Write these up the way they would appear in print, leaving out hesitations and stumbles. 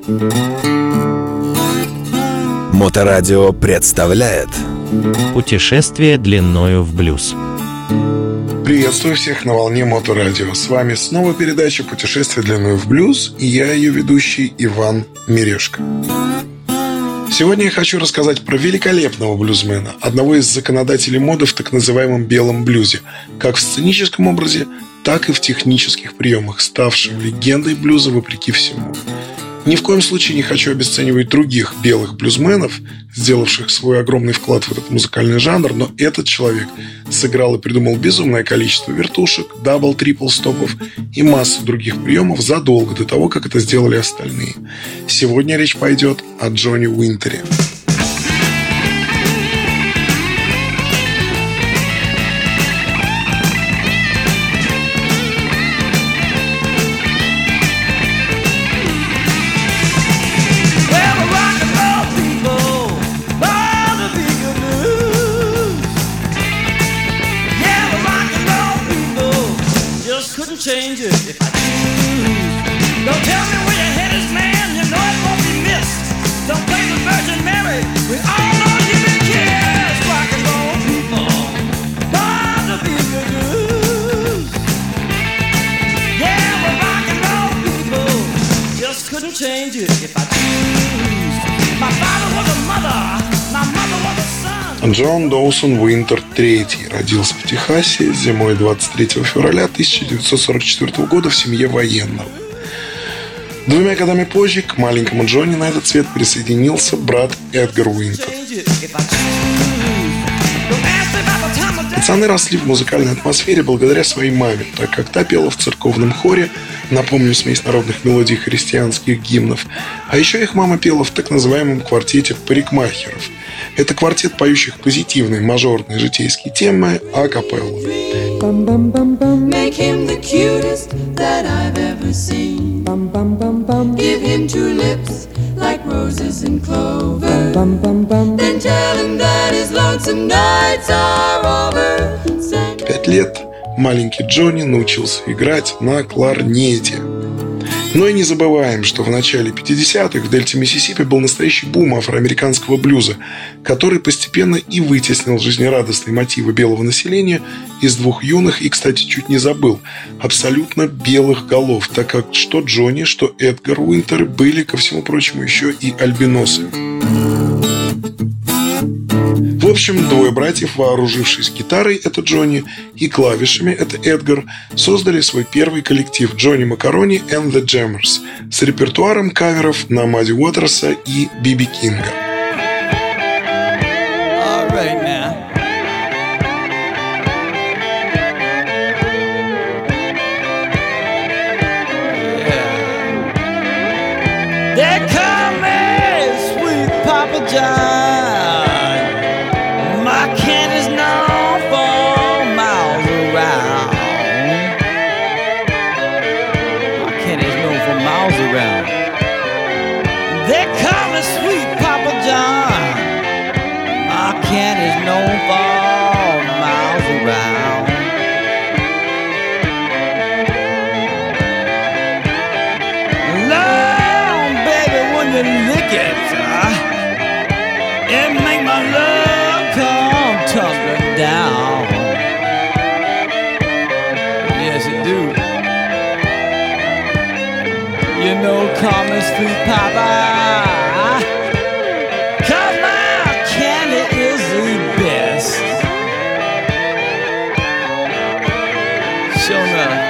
Моторадио представляет Путешествие длиною в блюз. Приветствую всех на волне Моторадио. С вами снова передача «Путешествие длиною в блюз» и я, ее ведущий Иван Мирешко. Сегодня я хочу рассказать про великолепного блюзмена, одного из законодателей моды в так называемом белом блюзе, как в сценическом образе, так и в технических приемах, ставшим легендой блюза вопреки всему. Ни в коем случае не хочу обесценивать других белых блюзменов, сделавших свой огромный вклад в этот музыкальный жанр, но этот человек сыграл и придумал безумное количество вертушек, дабл-трипл стопов и массу других приемов задолго до того, как это сделали остальные. Сегодня речь пойдет о Джонни Уинтере. Change it if I choose. Don't tell me where your head is, man. You know it won't be missed. Don't play the Virgin Mary. We all know you been kissed. Rock and roll people, born to be the blues. Yeah, we're rock and roll people. Just couldn't change it if I choose. My father was a mother. My mother was a son. Джон Доусон Уинтер III родился в Техасе зимой 23 февраля 1944 года в семье военного. 2 годами позже к маленькому Джонни на этот свет присоединился брат Эдгар Уинтер. Пацаны росли в музыкальной атмосфере благодаря своей маме, так как та пела в церковном хоре, напомню, смесь народных мелодий и христианских гимнов. А еще их мама пела в так называемом квартете парикмахеров. Это квартет, поющих позитивные мажорные житейские темы а-капелла. В 5 лет маленький Джонни научился играть на кларнете. Но и не забываем, что в начале 50-х в дельте Миссисипи был настоящий бум афроамериканского блюза, который постепенно и вытеснил жизнерадостные мотивы белого населения из 2 юных и, кстати, чуть не забыл, абсолютно белых голов, так как что Джонни, что Эдгар Уинтер были, ко всему прочему, еще и альбиносами. В общем, 2 братьев, вооружившись гитарой, это Джонни, и клавишами, это Эдгар, создали свой первый коллектив Johnny Macaroni and the Jammers с репертуаром каверов на Мадди Уотерса и Биби Кинга. Call me Sweet Papa, 'cause my candy is the best. Sure enough.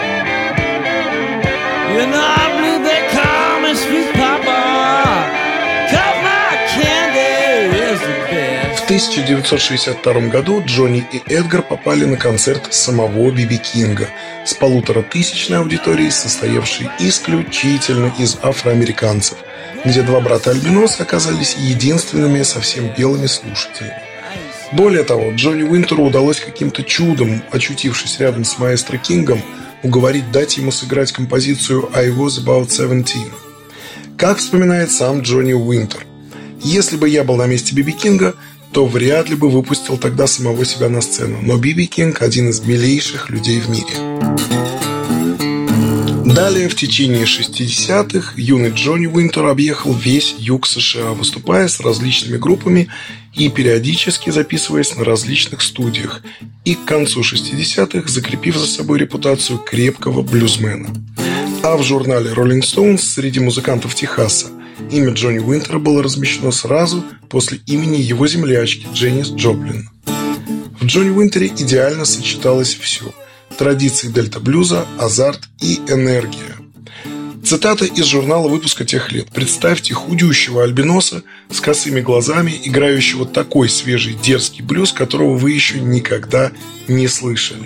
You know I believe they call me Sweet Papa, 'cause my candy is the best. В 1962 году Джонни и Эдгар попали на концерт самого Биби Кинга с 1500-тысячной аудиторией, состоявшей исключительно из афроамериканцев, где 2 брата-альбиноса оказались единственными совсем белыми слушателями. Более того, Джонни Уинтеру удалось каким-то чудом, очутившись рядом с маэстро Кингом, уговорить дать ему сыграть композицию «I was about 17». Как вспоминает сам Джонни Уинтер: «Если бы я был на месте Биби Кинга, то вряд ли бы выпустил тогда самого себя на сцену. Но Биби Кинг – один из милейших людей в мире». Далее, в течение 60-х, юный Джонни Уинтер объехал весь юг США, выступая с различными группами и периодически записываясь на различных студиях, и к концу 60-х закрепив за собой репутацию крепкого блюзмена. А в журнале Rolling Stones среди музыкантов Техаса имя Джонни Уинтера было размещено сразу после имени его землячки Дженнис Джоплин. В Джонни Уинтере идеально сочеталось все – традиции дельта-блюза, азарт и энергия. Цитата из журнала выпуска тех лет. «Представьте худющего альбиноса с косыми глазами, играющего такой свежий дерзкий блюз, которого вы еще никогда не слышали».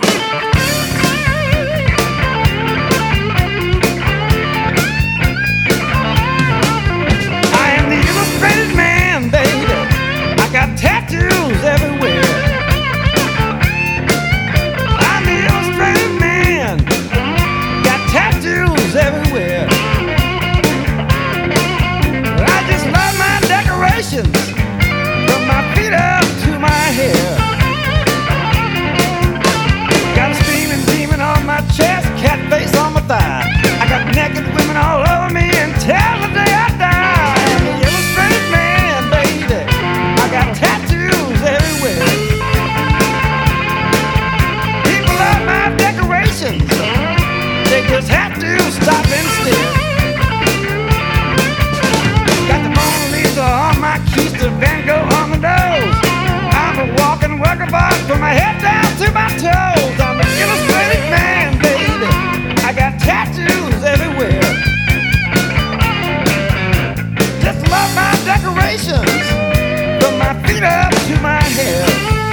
From my feet up to my hair, got a steaming demon on my chest, cat face on my thigh. I got naked women all over me until the day I die. I'm a illustrated man, baby. I got tattoos everywhere. People love my decorations. They just have to stop and stare. On my keys to Van Gogh on the nose. I'm a walking worker boss from my head down to my toes. I'm an illustrated man, baby. I got tattoos everywhere. Just love my decorations from my feet up to my hair.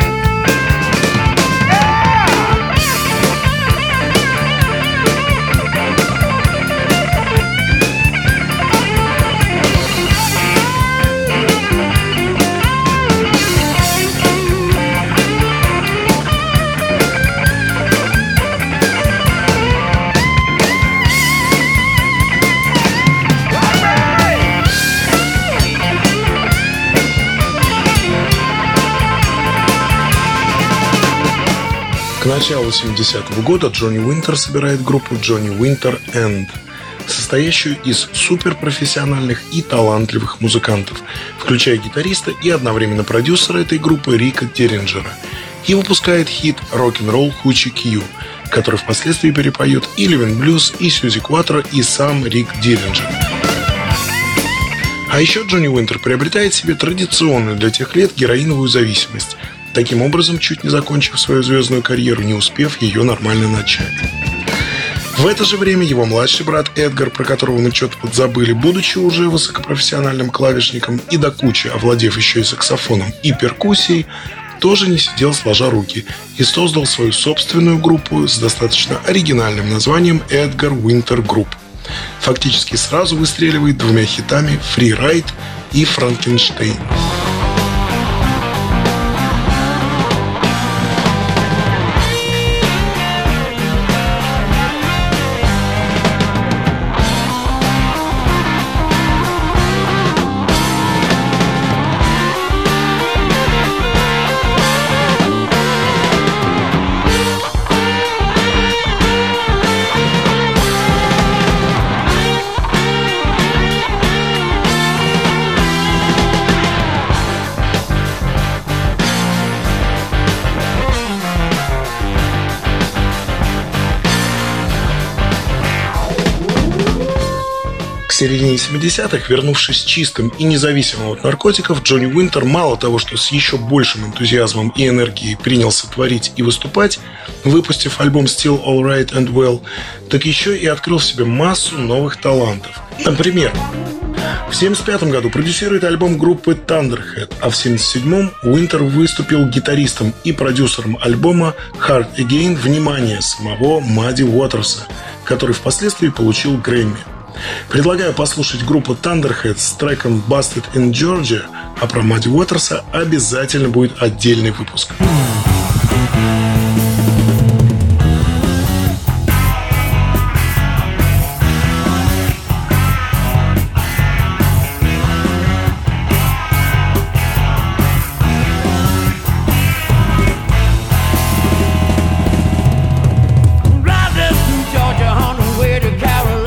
К началу 70-го года Джонни Уинтер собирает группу Johnny Winter And, состоящую из суперпрофессиональных и талантливых музыкантов, включая гитариста и одновременно продюсера этой группы Рика Деринджера, и выпускает хит «Rock'n'Roll Hoochie Q», который впоследствии перепоет и Livin' Blues, и Сьюзи Кватро, и сам Рик Деринджер. А еще Джонни Уинтер приобретает себе традиционную для тех лет героиновую зависимость, таким образом чуть не закончив свою звездную карьеру, не успев ее нормально начать. В это же время его младший брат Эдгар, про которого мы что-то подзабыли, будучи уже высокопрофессиональным клавишником и до кучи овладев еще и саксофоном и перкуссией, тоже не сидел сложа руки и создал свою собственную группу с достаточно оригинальным названием Эдгар Уинтер Групп. Фактически сразу выстреливает двумя хитами «Free Ride» и «Франкенштейн». В середине 70-х, вернувшись чистым и независимым от наркотиков, Джонни Уинтер мало того, что с еще большим энтузиазмом и энергией принялся творить и выступать, выпустив альбом Still All Right and Well, так еще и открыл в себе массу новых талантов. Например, в 1975 году продюсирует альбом группы Thunderhead, а в 1977 Уинтер выступил гитаристом и продюсером альбома Hard Again, внимание, самого Мадди Уотерса, который впоследствии получил Грэмми. Предлагаю послушать группу Thunderhead с треком Busted in Georgia, а про Мадди Уотерса обязательно будет отдельный выпуск. Drive this through Georgia on the way to Carolina.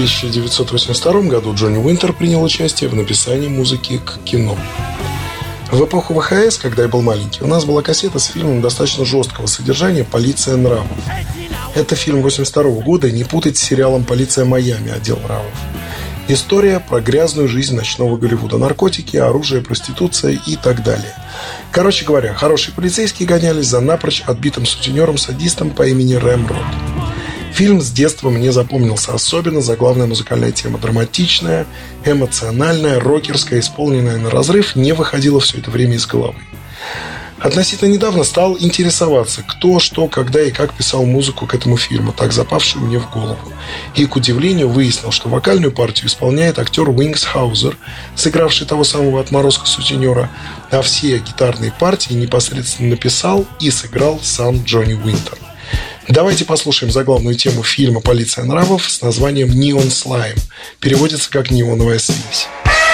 1982 году Джонни Уинтер принял участие в написании музыки к кино. В эпоху ВХС, когда я был маленький, у нас была кассета с фильмом достаточно жесткого содержания «Полиция нравов». Это фильм 1982 года, не путать с сериалом «Полиция Майами. Отдел нравов». История про грязную жизнь ночного Голливуда. Наркотики, оружие, проституция и так далее. Короче говоря, хорошие полицейские гонялись за напрочь отбитым сутенером-садистом по имени Рэм Рот. Фильм с детства мне запомнился, особенно заглавная музыкальная тема. Драматичная, эмоциональная, рокерская, исполненная на разрыв, не выходила все это время из головы. Относительно недавно стал интересоваться, кто, что, когда и как писал музыку к этому фильму, так запавшую мне в голову. И, к удивлению, выяснил, что вокальную партию исполняет актер Уинкс Хаузер, сыгравший того самого отморозка-сутенера, а все гитарные партии непосредственно написал и сыграл сам Джонни Уинтер. Давайте послушаем заглавную тему фильма «Полиция нравов» с названием «Neon Slime». Переводится как «неоновая слизь».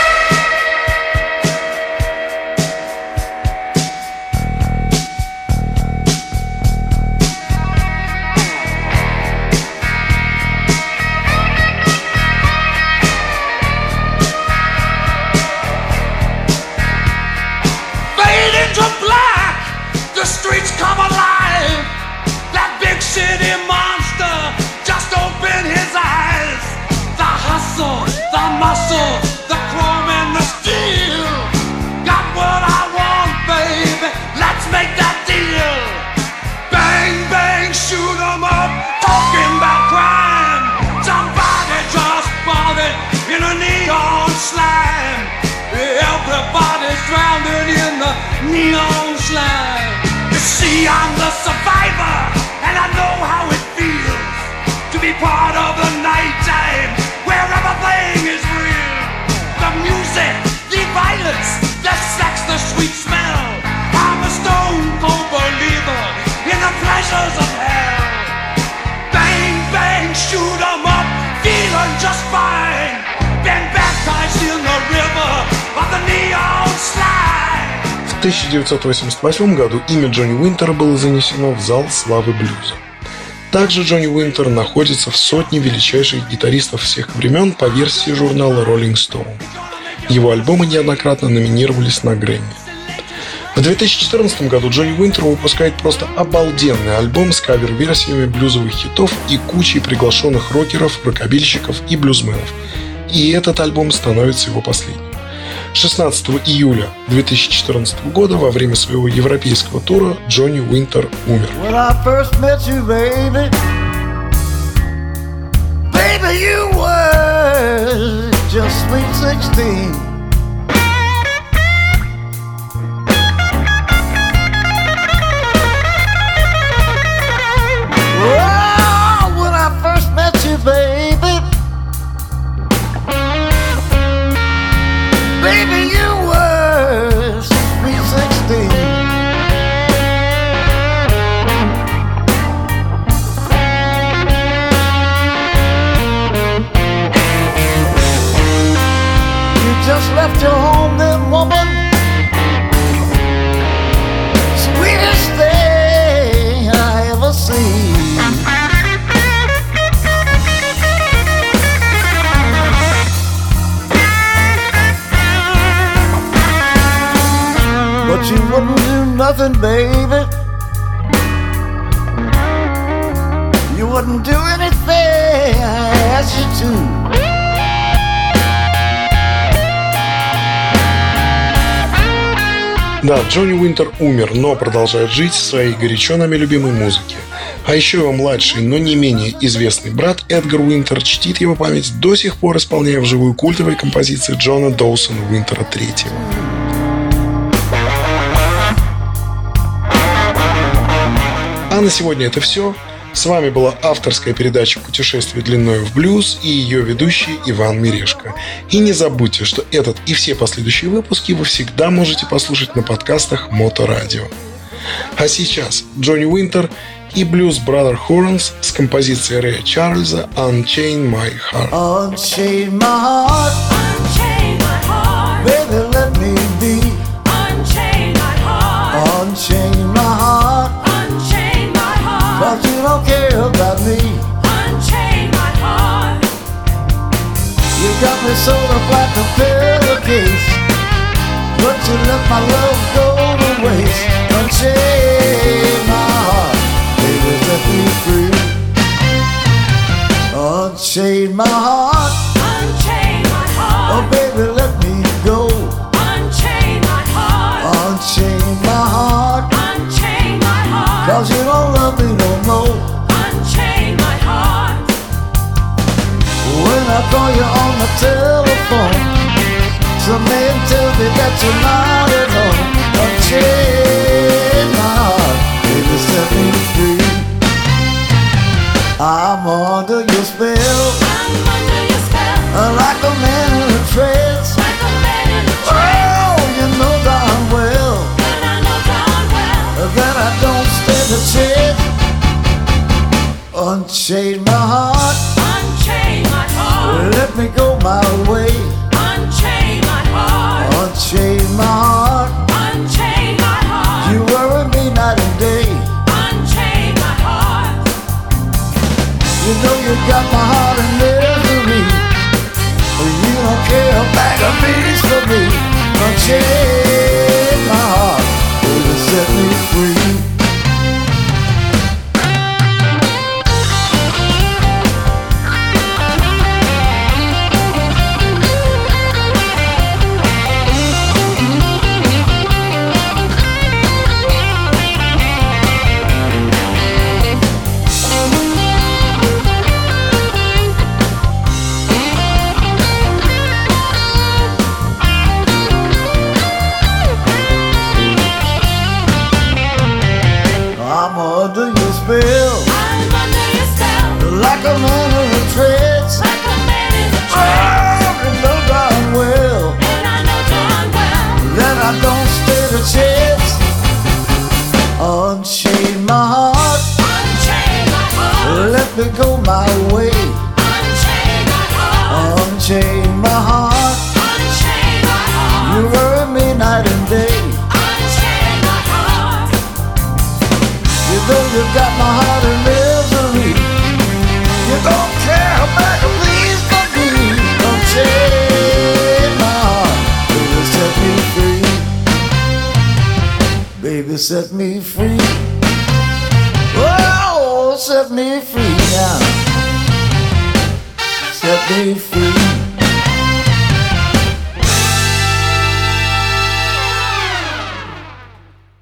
Neon slime. You see, I'm the survivor, and I know how it feels to be part of the nighttime where everything is real. The music, the violence, the sex, the sweet smell. I'm a stone cold believer in the pleasures of hell. Bang, bang, shoot 'em up, feeling just fine. Been baptized in the river of the neon slime. В 1988 году имя Джонни Уинтера было занесено в зал славы блюза. Также Джонни Уинтер находится в сотне величайших гитаристов всех времен по версии журнала Rolling Stone. Его альбомы неоднократно номинировались на Грэмми. В 2014 году Джонни Уинтер выпускает просто обалденный альбом с кавер-версиями блюзовых хитов и кучей приглашенных рокеров, рокобильщиков и блюзменов. И этот альбом становится его последним. 16 июля 2014 года во время своего европейского тура Джонни Уинтер умер. Just left your home, then, woman. Sweetest thing I ever seen. But you wouldn't do nothing, baby. You wouldn't do anything I asked you to. Да, Джонни Уинтер умер, но продолжает жить в своей горячо нами любимой музыке. А еще его младший, но не менее известный брат Эдгар Уинтер чтит его память, до сих пор исполняя вживую культовые композиции Джона Доусона Уинтера III. А на сегодня это все. С вами была авторская передача «Путешествие длиною в блюз» и ее ведущий Иван Мирешко. И не забудьте, что этот и все последующие выпуски вы всегда можете послушать на подкастах Моторадио. А сейчас Джонни Уинтер и Blues Brother Horns с композицией Рэя Чарльза «Unchain My Heart». Unchain my heart, unchain my heart, baby let me be. Unchain my heart, unchain my heart, unchain my heart, but you don't care about me. Unchain my heart, me sort of like a pillowcase, but you let my love go to waste. Unchain my heart, baby, set me free. Unchain my heart, Unchain my heart. oh baby, let me go. Unchain my heart. Unchain my heart, Unchain my heart. 'cause you don't love me no more. Unchain my heart. When I call you on the telephone, some man tell me that you're not at home. Unchain my heart, baby, set me free. I'm under your spell, I'm under your spell. like a man in a trance. Like a man in a trance. Oh, you know darn well And I know darn well that I don't stand a chance. Unchain my heart, Unchain my heart. let me go my way. Unchain my heart. Unchain my heart, Unchain my heart. you worry me night and day. Unchain my heart. You know you got my heart in misery, but you don't care a bag of beans for me. Unchain my heart, baby, set me free. I'm under your spell, I'm under your spell. like a man in a trance. Like a man in a trance. Oh, you know darn well And I know darn well that I don't stand a chance. Unchain my heart, Unchain my heart. let me go my way. Unchain my heart. Unchain my heart, Unchain my heart. you worry me night and day. Unchain my heart. You know you got my heart in misery, you don't care a bag of beans for me. Unchain my heart, baby, set me free. Baby, set me free. Oh, set me free now. Set me free.